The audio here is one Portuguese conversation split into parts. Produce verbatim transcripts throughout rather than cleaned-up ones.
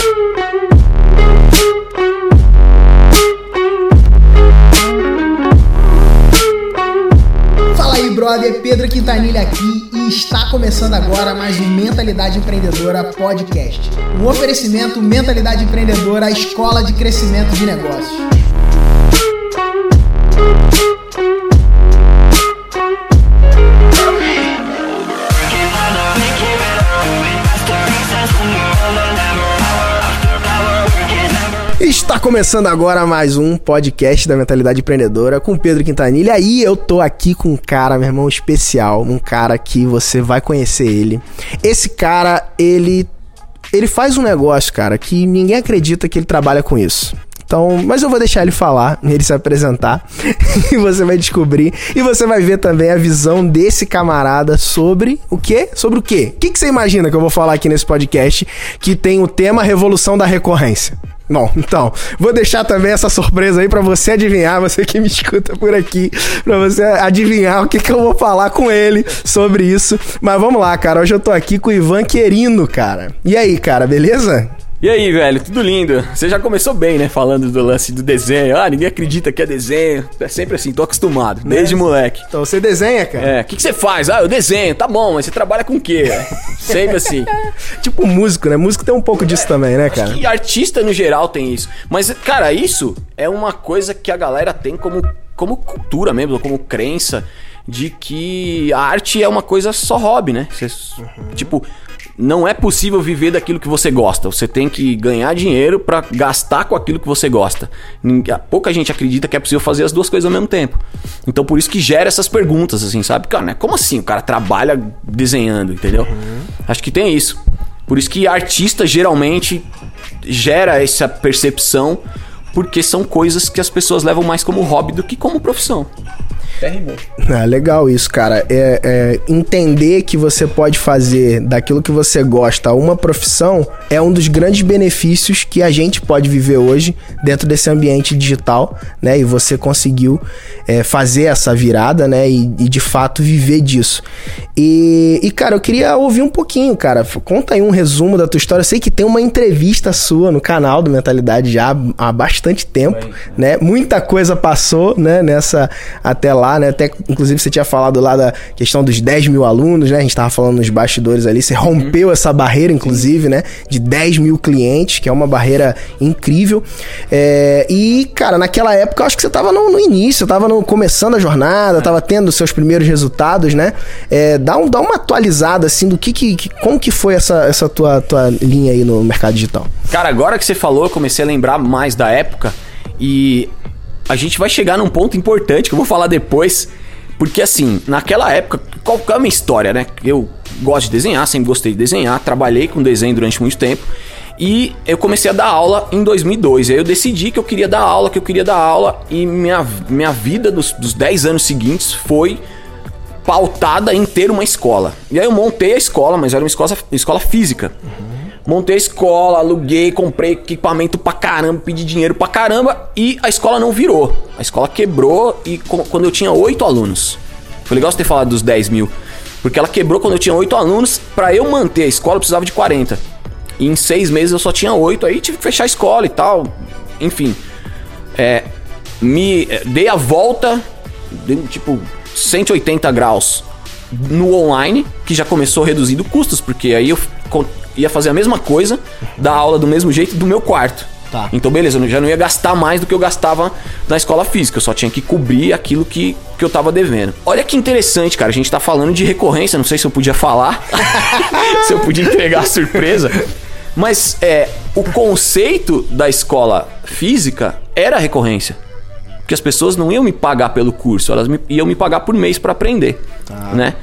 Fala aí, brother, Pedro Quintanilha aqui e está começando agora mais um Mentalidade Empreendedora Podcast. Um oferecimento Mentalidade Empreendedora, a escola de crescimento de negócios. Está começando agora mais um podcast da Mentalidade Empreendedora com Pedro Quintanilha. E eu tô aqui com um cara, meu irmão, especial. Um cara que você vai conhecer ele. Esse cara, ele, ele faz um negócio, cara, que ninguém acredita que ele trabalha com isso. Então, mas eu vou deixar ele falar, ele se apresentar e você vai descobrir. E você vai ver também a visão desse camarada sobre o quê? Sobre o quê? O que, que você imagina que eu vou falar aqui nesse podcast que tem o tema Revolução da Recorrência? Bom, então, vou deixar também essa surpresa aí pra você adivinhar, você que me escuta por aqui, pra você adivinhar o que, que eu vou falar com ele sobre isso. Mas vamos lá, cara, hoje eu tô aqui com o Ivan Querino, cara. E aí, cara, beleza? E aí, velho, tudo lindo. Você já começou bem, né, falando do lance do desenho. Ah, ninguém acredita que é desenho. É sempre assim, tô acostumado, desde né? moleque. Então você desenha, cara? É, o que, que você faz? Ah, eu desenho, tá bom, mas você trabalha com o quê? Sempre assim. Tipo músico, né? Músico tem um pouco disso é, também, né, cara? E artista no geral tem isso. Mas, cara, isso é uma coisa que a galera tem como, como cultura mesmo, como crença, de que a arte é uma coisa só hobby, né? Você, uhum. Tipo... Não é possível viver daquilo que você gosta. Você tem que ganhar dinheiro pra gastar com aquilo que você gosta. Pouca gente acredita que é possível fazer as duas coisas ao mesmo tempo. Então por isso que gera essas perguntas, assim, sabe? Cara, né? Como assim o cara trabalha desenhando, entendeu? Uhum. Acho que tem isso. Por isso que artista geralmente gera essa percepção, porque são coisas que as pessoas levam mais como hobby do que como profissão. Ah, legal isso, cara. É, é, entender que você pode fazer daquilo que você gosta uma profissão é um dos grandes benefícios que a gente pode viver hoje dentro desse ambiente digital, né? E você conseguiu é, fazer essa virada, né? E, e de fato viver disso. E, e, cara, eu queria ouvir um pouquinho, cara. Conta aí um resumo da tua história. Eu sei que tem uma entrevista sua no canal do Mentalidade já há bastante tempo, Bem, né? Muita coisa passou, né? Nessa até lá. Né? Até, inclusive, você tinha falado lá da questão dos dez mil alunos, né? A gente tava falando nos bastidores ali. Você rompeu uhum. essa barreira, inclusive, né? De dez mil clientes, que é uma barreira incrível. É, e, cara, naquela época, eu acho que você tava no, no início, tava no, começando a jornada, é. tava tendo seus primeiros resultados, né? É, dá, um, dá uma atualizada, assim, do que, que, que como que foi essa, essa tua, tua linha aí no mercado digital. Cara, agora que você falou, eu comecei a lembrar mais da época e... A gente vai chegar num ponto importante que eu vou falar depois. Porque assim, naquela época, qual é a minha história, né? Eu gosto de desenhar, sempre gostei de desenhar. Trabalhei com desenho durante muito tempo. E eu comecei a dar aula em dois mil e dois. Aí eu decidi que eu queria dar aula, que eu queria dar aula. E minha, minha vida dos, dos dez anos seguintes foi pautada em ter uma escola. E aí eu montei a escola, mas era uma escola, escola física. Uhum. Montei a escola, aluguei, comprei equipamento pra caramba, pedi dinheiro pra caramba e a escola não virou. A escola quebrou e quando eu tinha oito alunos. Foi legal você ter falado dos dez mil. Porque ela quebrou quando eu tinha oito alunos. Pra eu manter a escola eu precisava de quarenta. E em seis meses eu só tinha oito. Aí tive que fechar a escola e tal. Enfim. É, me dei a volta, dei, tipo, cento e oitenta graus no online, que já começou reduzindo custos, porque aí eu ia fazer a mesma coisa, dar aula do mesmo jeito do meu quarto. Tá. Então beleza, eu já não ia gastar mais do que eu gastava na escola física, eu só tinha que cobrir aquilo que, que eu tava devendo. Olha que interessante, cara, a gente tá falando de recorrência, não sei se eu podia falar, se eu podia entregar a surpresa, mas é, o conceito da escola física era a recorrência. Porque as pessoas não iam me pagar pelo curso, elas me, iam me pagar por mês para aprender, tá. Né?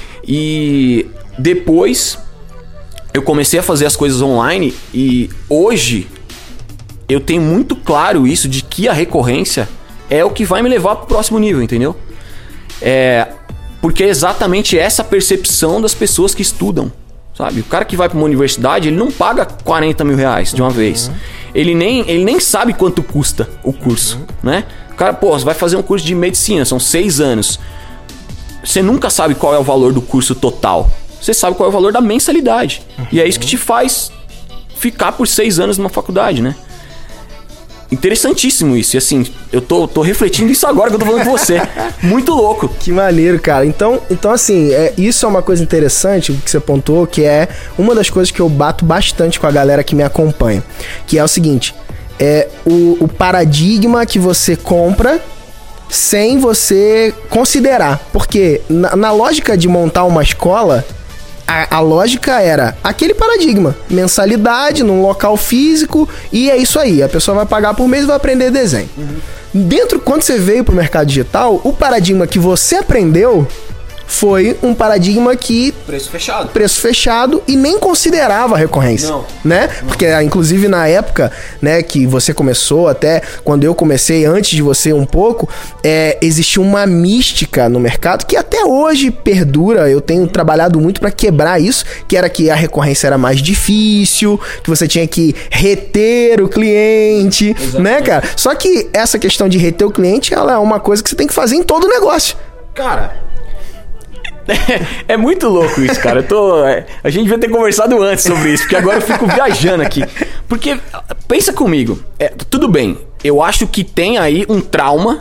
E depois eu comecei a fazer as coisas online e hoje eu tenho muito claro isso de que a recorrência é o que vai me levar pro próximo nível, entendeu? É, porque é exatamente essa percepção das pessoas que estudam, sabe? O cara que vai para uma universidade, ele não paga quarenta mil reais de uma uhum. vez. Ele nem, ele nem sabe quanto custa o curso, uhum. né? O cara, pô, você vai fazer um curso de medicina, são seis anos. Você nunca sabe qual é o valor do curso total. Você sabe qual é o valor da mensalidade. Uhum. E é isso que te faz ficar por seis anos numa faculdade, né? Interessantíssimo isso. E assim, eu tô, tô refletindo isso agora que eu tô falando com você. Muito louco. Que maneiro, cara. Então, então assim, é, isso é uma coisa interessante que você pontuou, que é uma das coisas que eu bato bastante com a galera que me acompanha. Que é o seguinte, é o, o paradigma que você compra sem você considerar. Porque na, na lógica de montar uma escola... A, a lógica era aquele paradigma, mensalidade num local físico e é isso aí, a pessoa vai pagar por mês e vai aprender desenho. Uhum. Dentro, quando você veio pro mercado digital, o paradigma que você aprendeu foi um paradigma que... Preço fechado. Preço fechado e nem considerava a recorrência. Não. Né? Não. Porque, inclusive, na época, né, que você começou, até quando eu comecei, antes de você um pouco, é, existia uma mística no mercado que até hoje perdura. Eu tenho trabalhado muito para quebrar isso, que era que a recorrência era mais difícil, que você tinha que reter o cliente, exatamente, né, cara? Só que essa questão de reter o cliente, ela é uma coisa que você tem que fazer em todo negócio. Cara... É, é muito louco isso, cara. Eu tô, é, a gente devia ter conversado antes sobre isso, porque agora eu fico viajando aqui. Porque, pensa comigo, é, tudo bem, eu acho que tem aí um trauma,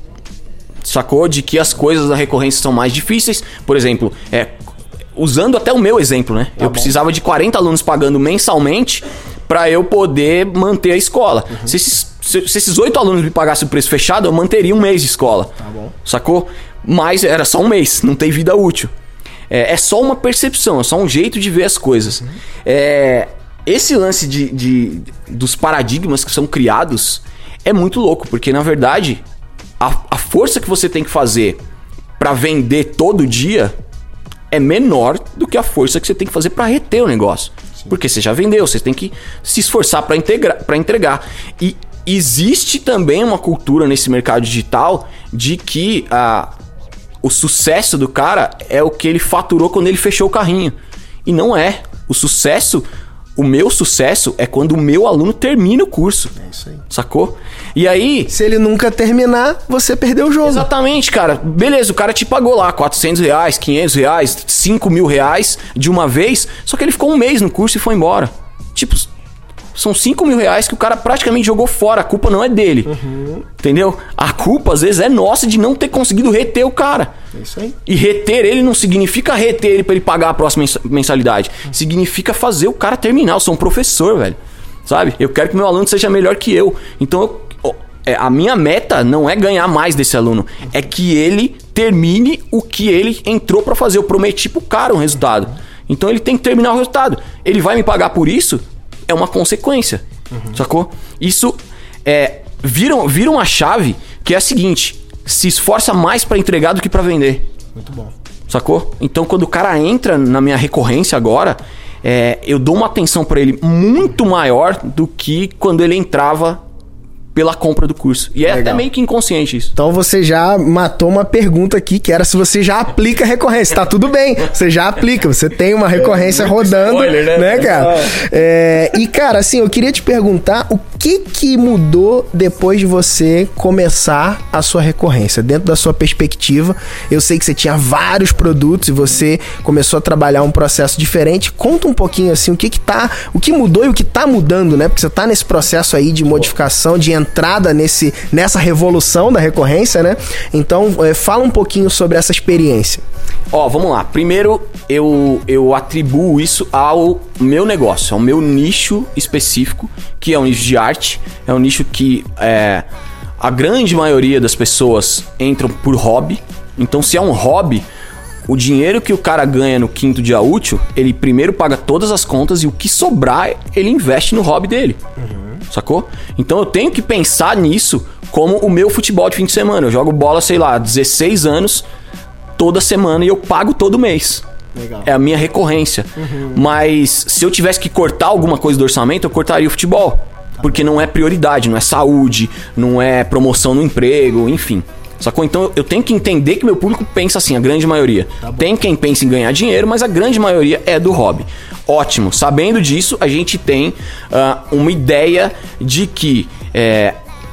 sacou? De que as coisas da recorrência são mais difíceis. Por exemplo, é, usando até o meu exemplo, né? Tá eu bom. Precisava de quarenta alunos pagando mensalmente pra eu poder manter a escola. Uhum. Se esses, se, se esses oito alunos me pagassem o preço fechado, eu manteria um mês de escola. Tá bom. Sacou? Mas era só um mês, não tem vida útil. É, é só uma percepção, é só um jeito de ver as coisas. Uhum. É, esse lance de, de, dos paradigmas que são criados é muito louco, porque na verdade a, a força que você tem que fazer para vender todo dia é menor do que a força que você tem que fazer para reter o negócio. Sim. Porque você já vendeu, você tem que se esforçar para para entregar. E existe também uma cultura nesse mercado digital de que a o sucesso do cara é o que ele faturou quando ele fechou o carrinho. E não é. O sucesso, o meu sucesso é quando o meu aluno termina o curso. É isso aí. Sacou? E aí... Se ele nunca terminar, você perdeu o jogo. Exatamente, cara. Beleza, o cara te pagou lá quatrocentos reais, quinhentos reais, cinco mil reais de uma vez, só que ele ficou um mês no curso e foi embora. Tipo... São cinco mil reais que o cara praticamente jogou fora. A culpa não é dele. Uhum. Entendeu? A culpa, às vezes, é nossa de não ter conseguido reter o cara. É isso aí. E reter ele não significa reter ele pra ele pagar a próxima mensalidade. Uhum. Significa fazer o cara terminar. Eu sou um professor, velho. Sabe? Eu quero que meu aluno seja melhor que eu. Então, eu, a minha meta não é ganhar mais desse aluno. Uhum. É que ele termine o que ele entrou pra fazer. Eu prometi pro cara um resultado. Uhum. Então, ele tem que terminar o resultado. Ele vai me pagar por isso? É uma consequência, uhum. Sacou? Isso é, vira, vira uma chave que é a seguinte: se esforça mais pra entregar do que pra vender. Muito bom. Sacou? Então quando o cara entra na minha recorrência agora, é, eu dou uma atenção pra ele muito maior do que quando ele entrava pela compra do curso. E é Legal. Até meio que inconsciente isso. Então você já matou uma pergunta aqui, que era se você já aplica recorrência. Tá tudo bem, você já aplica, você tem uma recorrência é, rodando, spoiler, né? né, cara? É, e, cara, assim, eu queria te perguntar o que que mudou depois de você começar a sua recorrência? Dentro da sua perspectiva, eu sei que você tinha vários produtos e você começou a trabalhar um processo diferente. Conta um pouquinho, assim, o que que tá, o que mudou e o que tá mudando, né? Porque você tá nesse processo aí de modificação, de entrada nesse, nessa revolução da recorrência, né? Então, é, fala um pouquinho sobre essa experiência. Ó, vamos lá. Primeiro, eu, eu atribuo isso ao meu negócio, ao meu nicho específico, que é um nicho de arte. É um nicho que é, a grande maioria das pessoas entram por hobby. Então, se é um hobby, o dinheiro que o cara ganha no quinto dia útil, ele primeiro paga todas as contas e o que sobrar, ele investe no hobby dele. Uhum. Sacou? Então eu tenho que pensar nisso como o meu futebol de fim de semana. Eu jogo bola, sei lá, dezesseis anos, toda semana, e eu pago todo mês. Legal. É a minha recorrência. Uhum. Mas se eu tivesse que cortar alguma coisa do orçamento, eu cortaria o futebol. Tá. Porque não é prioridade, não é saúde, não é promoção no emprego, enfim. Sacou? Então eu tenho que entender que meu público pensa assim, a grande maioria. Tá. Tem quem pensa em ganhar dinheiro, mas a grande maioria é do hobby. Ótimo. Sabendo disso, a gente tem uh, uma ideia de que é,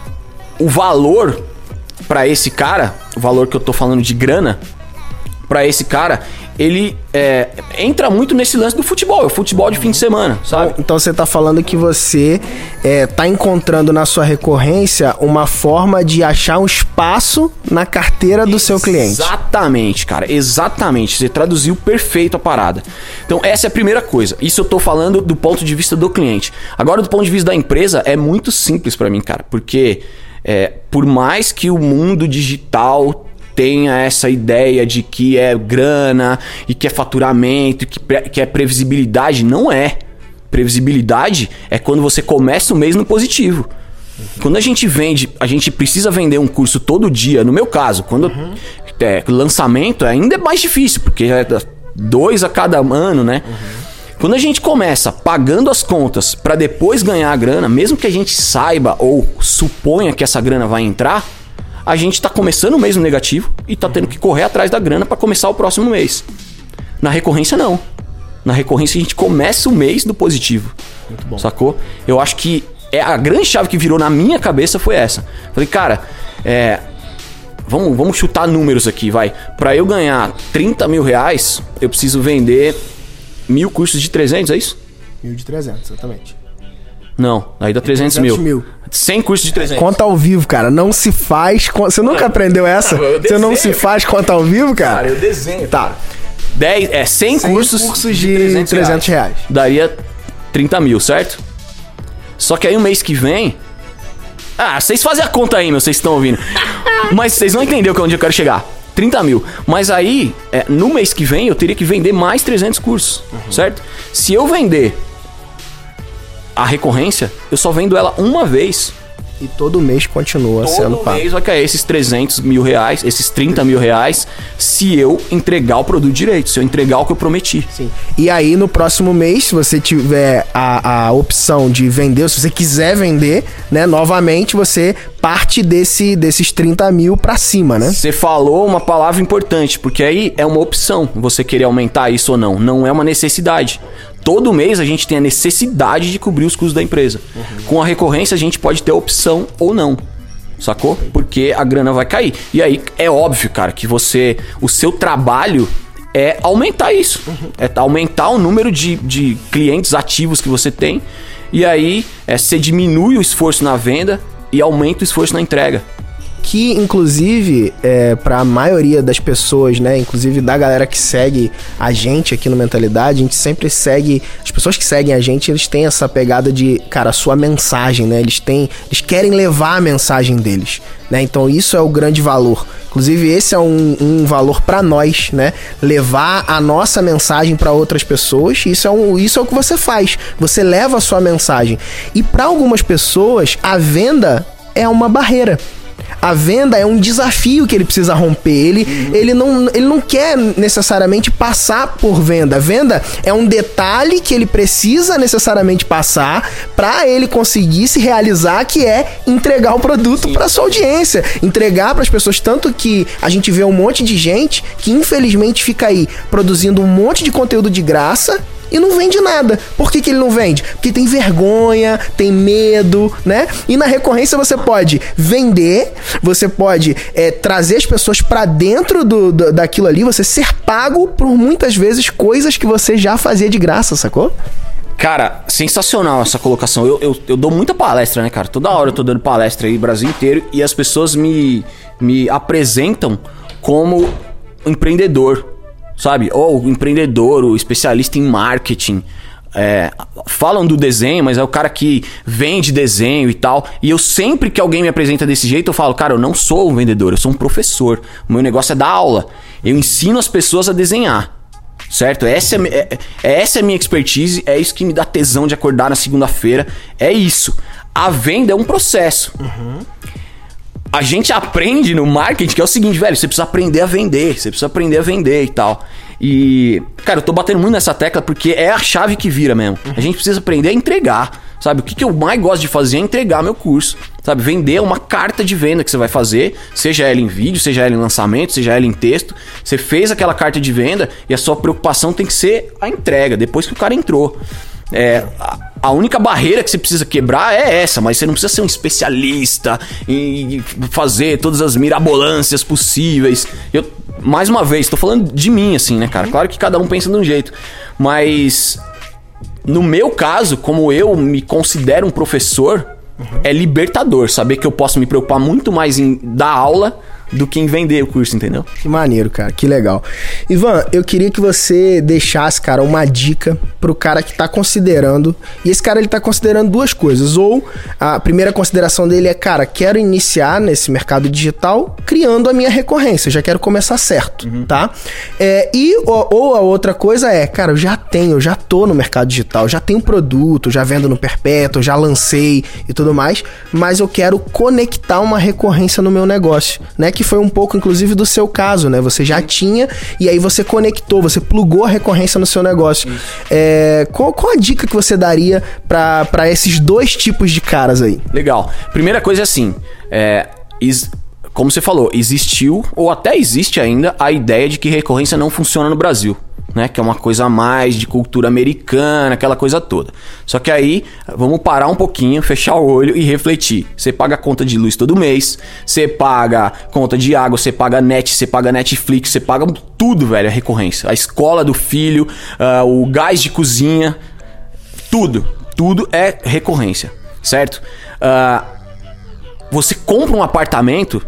o valor para esse cara, o valor que eu tô falando de grana, para esse cara, ele é, entra muito nesse lance do futebol, é o futebol de fim de semana, sabe? Então você tá falando que você é, tá encontrando na sua recorrência uma forma de achar um espaço na carteira do seu cliente. Exatamente, cara, exatamente. Você traduziu perfeito a parada. Então essa é a primeira coisa. Isso eu tô falando do ponto de vista do cliente. Agora do ponto de vista da empresa é muito simples pra mim, cara, porque é, por mais que o mundo digital tenha essa ideia de que é grana e que é faturamento, que, que é previsibilidade, não é. Previsibilidade é quando você começa o mês no positivo. Quando a gente vende, a gente precisa vender um curso todo dia. No meu caso, quando uhum. é, lançamento ainda é mais difícil, porque é dois a cada ano, né? Uhum. Quando a gente começa pagando as contas para depois ganhar a grana, mesmo que a gente saiba ou suponha que essa grana vai entrar, a gente tá começando o mês no negativo e tá tendo que correr atrás da grana para começar o próximo mês. Na recorrência, não. Na recorrência, a gente começa o mês do positivo. Muito bom. Sacou? Eu acho que é a grande chave que virou na minha cabeça foi essa. Falei, cara, é, vamos, vamos chutar números aqui, vai. Para eu ganhar trinta mil reais, eu preciso vender mil cursos de trezentos, é isso? Mil de trezentos, exatamente. Não, aí dá trezentos mil. cem cursos de trezentos. Conta ao vivo, cara. Não se faz... Você nunca aprendeu essa? Você não se faz conta ao vivo, cara? Cara, eu desenho. Tá. dez, é, cem, cem cursos, cursos de trezentos, trezentos reais. Daria trinta mil, certo? Só que aí o mês que vem... Ah, vocês fazem a conta aí, meu. Vocês estão ouvindo. Mas vocês não entenderam onde eu quero chegar. trinta mil. Mas aí, é, no mês que vem, eu teria que vender mais trezentos cursos, uhum. certo? Se eu vender a recorrência, eu só vendo ela uma vez. E todo mês continua todo sendo pago. Todo mês vai cair esses trezentos mil reais, esses trinta mil reais, se eu entregar o produto direito, se eu entregar o que eu prometi. Sim. E aí, no próximo mês, se você tiver a, a opção de vender, se você quiser vender, né, novamente, você parte desse, desses trinta mil pra cima, né? Você falou uma palavra importante, porque aí é uma opção você querer aumentar isso ou não, não é uma necessidade. Todo mês a gente tem a necessidade de cobrir os custos da empresa. Uhum. Com a recorrência a gente pode ter a opção ou não. Sacou? Porque a grana vai cair. E aí é óbvio, cara, que você... O seu trabalho é aumentar isso. Uhum. É aumentar o número de, de clientes ativos que você tem. E aí é, você diminui o esforço na venda e aumenta o esforço na entrega. Que, inclusive, é, para a maioria das pessoas, né, inclusive da galera que segue a gente aqui no Mentalidade, a gente sempre segue, as pessoas que seguem a gente, eles têm essa pegada de, cara, a sua mensagem, né, eles têm, eles querem levar a mensagem deles, né, então isso é o grande valor. Inclusive, esse é um, um valor para nós, né, levar a nossa mensagem para outras pessoas, isso é, um, isso é o que você faz, você leva a sua mensagem. E para algumas pessoas, a venda é uma barreira. A venda é um desafio que ele precisa romper. Ele, uhum. ele, não, ele não quer necessariamente passar por venda. Venda é um detalhe que ele precisa necessariamente passar para ele conseguir se realizar, que é entregar o produto para sua audiência. Entregar para as pessoas. Tanto que a gente vê um monte de gente que infelizmente fica aí produzindo um monte de conteúdo de graça e não vende nada. Por que que ele não vende? Porque tem vergonha, tem medo, né? E na recorrência você pode vender, você pode é, trazer as pessoas pra dentro do, do, daquilo ali, você ser pago por muitas vezes coisas que você já fazia de graça, sacou? Cara, sensacional essa colocação. Eu, eu, eu dou muita palestra, né, cara? Toda hora eu tô dando palestra aí no Brasil inteiro e as pessoas me, me apresentam como empreendedor. Sabe? Ou o empreendedor, o especialista em marketing. É, falam do desenho, mas é o cara que vende desenho e tal. E eu sempre que alguém me apresenta desse jeito, eu falo, cara, eu não sou um vendedor, eu sou um professor. O meu negócio é dar aula. Eu ensino as pessoas a desenhar. Certo? Essa é, é, essa é a minha expertise, é isso que me dá tesão de acordar na segunda-feira. É isso. A venda é um processo. Uhum. A gente aprende no marketing que é o seguinte, velho, você precisa aprender a vender, você precisa aprender a vender e tal. E, cara, eu tô batendo muito nessa tecla porque é a chave que vira mesmo. A gente precisa aprender a entregar, sabe? O que, que eu mais gosto de fazer é entregar meu curso, sabe? Vender é uma carta de venda que você vai fazer, seja ela em vídeo, seja ela em lançamento, seja ela em texto. Você fez aquela carta de venda e a sua preocupação tem que ser a entrega, depois que o cara entrou. É, a, a única barreira que você precisa quebrar é essa, mas você não precisa ser um especialista em fazer todas as mirabolâncias possíveis. Eu, mais uma vez, tô falando de mim, assim, né, cara? Claro que cada um pensa de um jeito. Mas, no meu caso, como eu me considero um professor, uhum. é libertador saber que eu posso me preocupar muito mais em dar aula do que em vender o curso, entendeu? Que maneiro, cara, que legal. Ivan, eu queria que você deixasse, cara, uma dica pro cara que tá considerando, e esse cara ele tá considerando duas coisas, ou a primeira consideração dele é, cara, quero iniciar nesse mercado digital criando a minha recorrência, já quero começar certo, uhum. tá? É, e ou, ou a outra coisa é, cara, eu já tenho, eu já tô no mercado digital, já tenho produto, já vendo no perpétuo, já lancei e tudo mais, mas eu quero conectar uma recorrência no meu negócio, né? Que foi um pouco, inclusive, do seu caso, né? Você já tinha e aí você conectou, você plugou a recorrência no seu negócio. É, qual, qual a dica que você daria pra, pra esses dois tipos de caras aí? Legal. Primeira coisa é assim, é, is, como você falou, existiu, ou até existe ainda, a ideia de que recorrência não funciona no Brasil. Né, que é uma coisa a mais de cultura americana, aquela coisa toda. Só que aí, vamos parar um pouquinho, fechar o olho e refletir. Você paga conta de luz todo mês, você paga conta de água, você paga net, você paga Netflix, você paga tudo, velho, a recorrência. A escola do filho, uh, o gás de cozinha, tudo. Tudo é recorrência, certo? Uh, você compra um apartamento,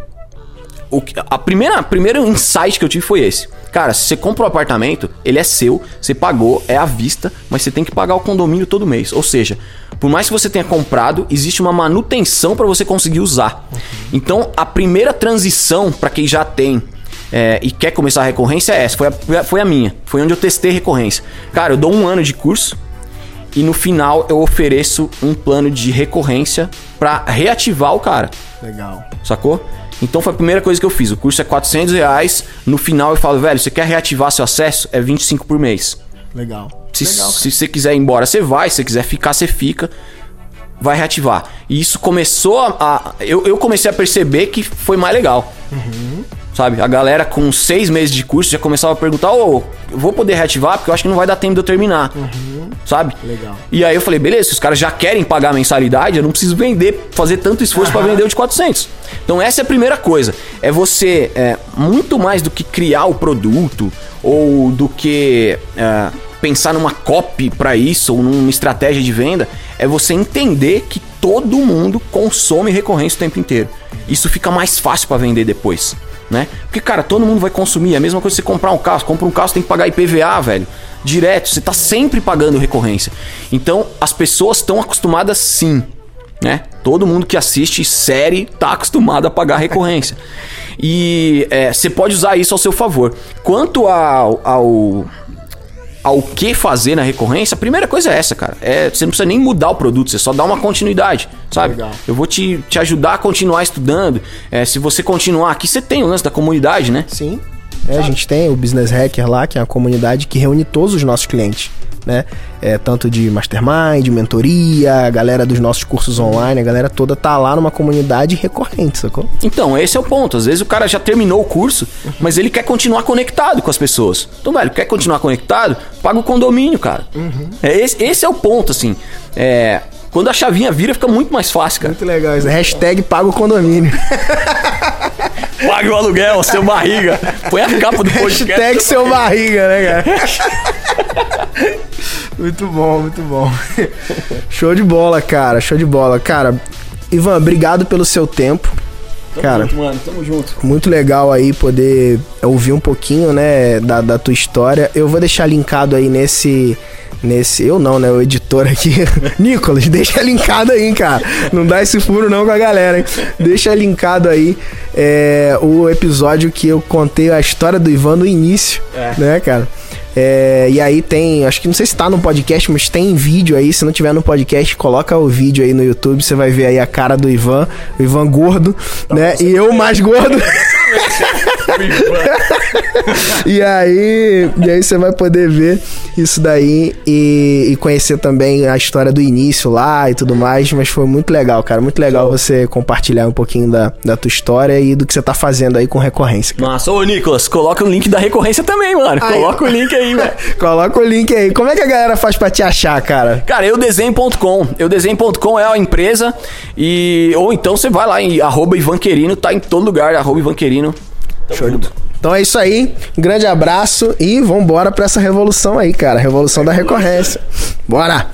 o que, a primeira, a primeiro insight que eu tive foi esse. Cara, se você compra um apartamento, ele é seu, você pagou, é à vista, mas você tem que pagar o condomínio todo mês. Ou seja, por mais que você tenha comprado, existe uma manutenção para você conseguir usar. Uhum. Então, a primeira transição para quem já tem é, e quer começar a recorrência é essa. Foi a, foi a minha. Foi onde eu testei recorrência. Cara, eu dou um ano de curso e no final eu ofereço um plano de recorrência para reativar o cara. Legal. Sacou? Então foi a primeira coisa que eu fiz. O curso é quatrocentos reais. No final eu falo, velho, você quer reativar seu acesso? É vinte e cinco por mês. Legal. Se, Legal, se você quiser ir embora, você vai. Se você quiser ficar, você fica. Vai reativar. E isso começou a... a eu, eu comecei a perceber que foi mais legal. Uhum. Sabe? A galera com seis meses de curso já começava a perguntar, ô, oh, eu vou poder reativar? Porque eu acho que não vai dar tempo de eu terminar. Uhum. Sabe? Legal. E aí eu falei, beleza, se os caras já querem pagar a mensalidade, eu não preciso vender, fazer tanto esforço uhum. para vender o de quatrocentos. Então essa é a primeira coisa. É você, é, muito mais do que criar o produto, ou do que é, pensar numa copy para isso, ou numa estratégia de venda, é você entender que todo mundo consome recorrência o tempo inteiro. Isso fica mais fácil para vender depois. Né? Porque, cara, todo mundo vai consumir. É a mesma coisa que você comprar um carro. Você compra um carro, você tem que pagar I P V A, velho. Direto. Você tá sempre pagando recorrência. Então, as pessoas estão acostumadas sim. Né? Todo mundo que assiste série tá acostumado a pagar recorrência. E é, você pode usar isso ao seu favor. Quanto ao... ao ao que fazer na recorrência, a primeira coisa é essa, cara. É, você não precisa nem mudar o produto, você só dá uma continuidade, sabe? Legal. Eu vou te, te ajudar a continuar estudando. É, se você continuar aqui, você tem o lance da comunidade, né? Sim. É, a gente tem o Business Hacker lá, que é uma comunidade que reúne todos os nossos clientes, né? É, tanto de mastermind, de mentoria, a galera dos nossos cursos online, a galera toda tá lá numa comunidade recorrente, sacou? Então, esse é o ponto. Às vezes o cara já terminou o curso, uhum. mas ele quer continuar conectado com as pessoas. Então, velho, quer continuar conectado? Paga o condomínio, cara. Uhum. É, esse, esse é o ponto, assim. É... Quando a chavinha vira, fica muito mais fácil, cara. Muito legal isso. Hashtag paga o condomínio. Pague o aluguel, seu barriga. Põe a capa do podcast. Hashtag seu, seu barriga, né, cara? Muito bom, muito bom. Show de bola, cara. Show de bola. Cara, Ivan, obrigado pelo seu tempo. Tamo cara, junto, mano. Tamo junto. Muito legal aí poder ouvir um pouquinho, né, da, da tua história. Eu vou deixar linkado aí nesse... Nesse, eu não, né? O editor aqui. Nicolas, deixa linkado aí, cara. Não dá esse furo não com a galera, hein? Deixa linkado aí é, o episódio que eu contei a história do Ivan no início, é. né, cara? É, e aí tem, acho que não sei se tá no podcast, mas tem vídeo aí. Se não tiver no podcast, coloca o vídeo aí no YouTube. Você vai ver aí a cara do Ivan, o Ivan gordo, tá, né? E eu mais gordo. e aí e aí você vai poder ver isso daí e, e conhecer também a história do início lá e tudo mais. Mas foi muito legal, cara. Muito legal Show. Você compartilhar um pouquinho da, da tua história e do que você tá fazendo aí com recorrência, cara. Massa. Ô, Nicolas, coloca o link da recorrência também, mano. Aí. Coloca o link aí, velho. Coloca o link aí. Como é que a galera faz pra te achar, cara? Cara, eu desenho ponto com. Eu desenho ponto com é a empresa. E, ou então você vai lá em arroba Ivan Querino, tá em todo lugar, arroba Ivan Querino. Show de, Então é isso aí, um grande abraço e vambora pra essa revolução aí, cara, revolução da recorrência. Bora!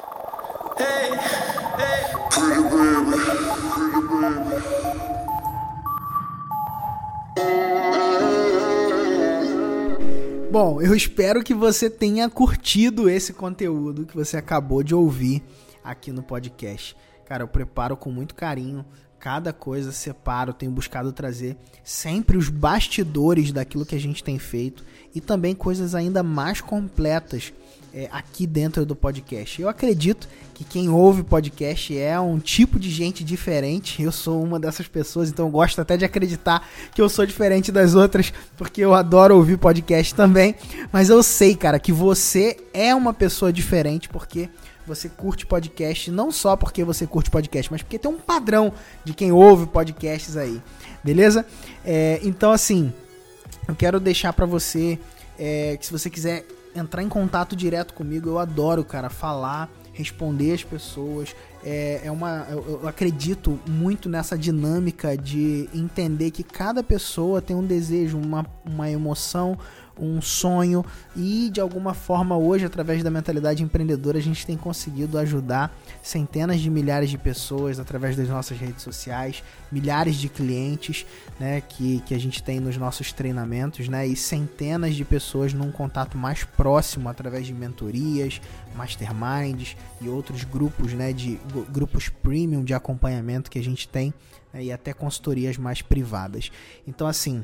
Bom, eu espero que você tenha curtido esse conteúdo que você acabou de ouvir aqui no podcast. Cara, eu preparo com muito carinho, cada coisa separo, tenho buscado trazer sempre os bastidores daquilo que a gente tem feito e também coisas ainda mais completas é, aqui dentro do podcast. Eu acredito que quem ouve podcast é um tipo de gente diferente, eu sou uma dessas pessoas, então eu gosto até de acreditar que eu sou diferente das outras, porque eu adoro ouvir podcast também, mas eu sei, cara, que você é uma pessoa diferente, porque você curte podcast, não só porque você curte podcast, mas porque tem um padrão de quem ouve podcasts aí, beleza? É, então, assim, eu quero deixar pra você é, que se você quiser entrar em contato direto comigo, eu adoro, cara, falar, responder as pessoas. É, é uma, eu, eu acredito muito nessa dinâmica de entender que cada pessoa tem um desejo, uma, uma emoção, um sonho e de alguma forma hoje, através da mentalidade empreendedora, a gente tem conseguido ajudar centenas de milhares de pessoas através das nossas redes sociais, milhares de clientes, né, que, que a gente tem nos nossos treinamentos, né, e centenas de pessoas num contato mais próximo através de mentorias, masterminds e outros grupos, né, de grupos premium de acompanhamento que a gente tem, né, e até consultorias mais privadas. Então, assim,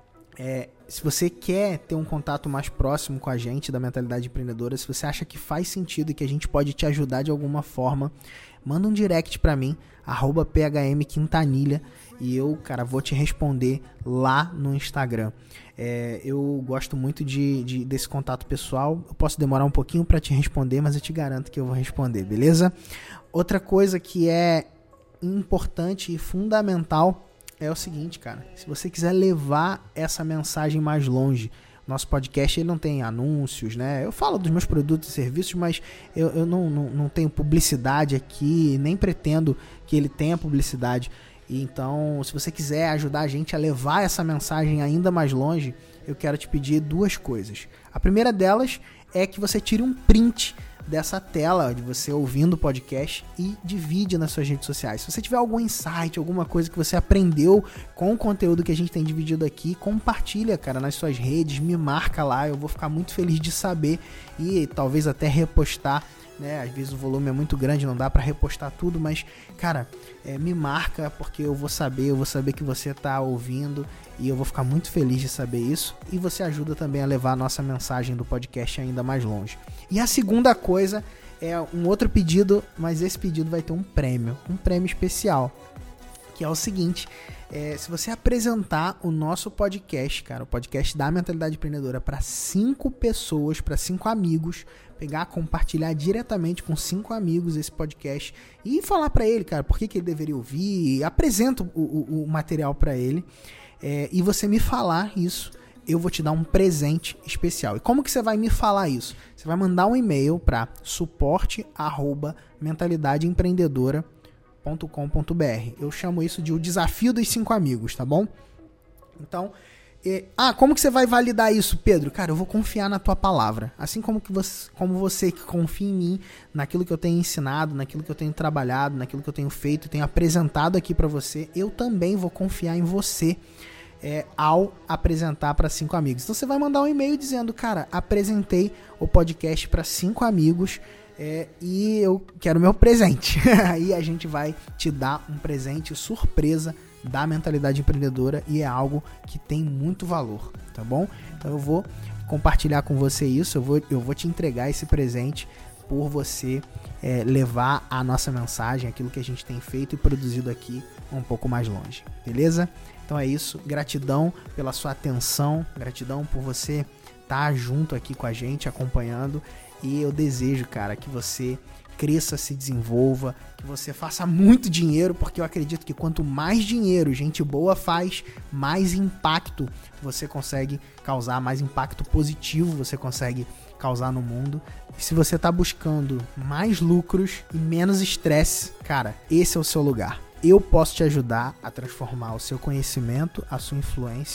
É, se você quer ter um contato mais próximo com a gente da mentalidade empreendedora, se você acha que faz sentido e que a gente pode te ajudar de alguma forma, manda um direct pra mim, arroba P H M Quintanilha, e eu, cara, vou te responder lá no Instagram. É, eu gosto muito de, de, desse contato pessoal, eu posso demorar um pouquinho pra te responder, mas eu te garanto que eu vou responder, beleza? Outra coisa que é importante e fundamental é o seguinte, cara, se você quiser levar essa mensagem mais longe, nosso podcast ele não tem anúncios, né? Eu falo dos meus produtos e serviços, mas eu, eu não, não, não tenho publicidade aqui, nem pretendo que ele tenha publicidade. E então, se você quiser ajudar a gente a levar essa mensagem ainda mais longe, eu quero te pedir duas coisas. A primeira delas é que você tire um print dessa tela de você ouvindo o podcast e divide nas suas redes sociais. Se você tiver algum insight, alguma coisa que você aprendeu com o conteúdo que a gente tem dividido aqui, compartilha, cara, nas suas redes, me marca lá, eu vou ficar muito feliz de saber e talvez até repostar, né? Às vezes o volume é muito grande, não dá pra repostar tudo, mas, cara, é, me marca porque eu vou saber, eu vou saber que você tá ouvindo e eu vou ficar muito feliz de saber isso e você ajuda também a levar a nossa mensagem do podcast ainda mais longe. E a segunda coisa é um outro pedido, mas esse pedido vai ter um prêmio, um prêmio especial, que é o seguinte, é, se você apresentar o nosso podcast, cara, o podcast da Mentalidade Empreendedora para cinco pessoas, para cinco amigos, pegar, compartilhar diretamente com cinco amigos esse podcast e falar para ele, cara, por que, que ele deveria ouvir, apresenta o, o, o material para ele, é, e você me falar isso, eu vou te dar um presente especial. E como que você vai me falar isso? Você vai mandar um e-mail para suporte arroba mentalidade empreendedora ponto com ponto b r. Eu chamo isso de o desafio dos cinco amigos, tá bom? Então, e, ah, como que você vai validar isso, Pedro? Cara, eu vou confiar na tua palavra. Assim como, que você, como você que confia em mim, naquilo que eu tenho ensinado, naquilo que eu tenho trabalhado, naquilo que eu tenho feito, tenho apresentado aqui para você, eu também vou confiar em você. É, ao apresentar para cinco amigos. Então você vai mandar um e-mail dizendo, cara, apresentei o podcast para cinco amigos é, e eu quero meu presente. Aí a gente vai te dar um presente surpresa da Mentalidade Empreendedora e é algo que tem muito valor, tá bom? Então eu vou compartilhar com você isso, eu vou, eu vou te entregar esse presente por você é, levar a nossa mensagem, aquilo que a gente tem feito e produzido aqui um pouco mais longe, beleza? Então é isso, gratidão pela sua atenção, gratidão por você estar junto aqui com a gente, acompanhando, e eu desejo, cara, que você cresça, se desenvolva, que você faça muito dinheiro, porque eu acredito que quanto mais dinheiro gente boa faz, mais impacto você consegue causar, mais impacto positivo você consegue causar no mundo. E se você está buscando mais lucros e menos estresse, cara, esse é o seu lugar. Eu posso te ajudar a transformar o seu conhecimento, a sua influência,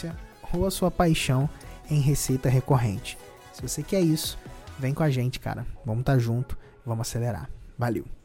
ou a sua paixão em receita recorrente. Se você quer isso, vem com a gente, cara. Vamos estar junto, vamos acelerar. Valeu!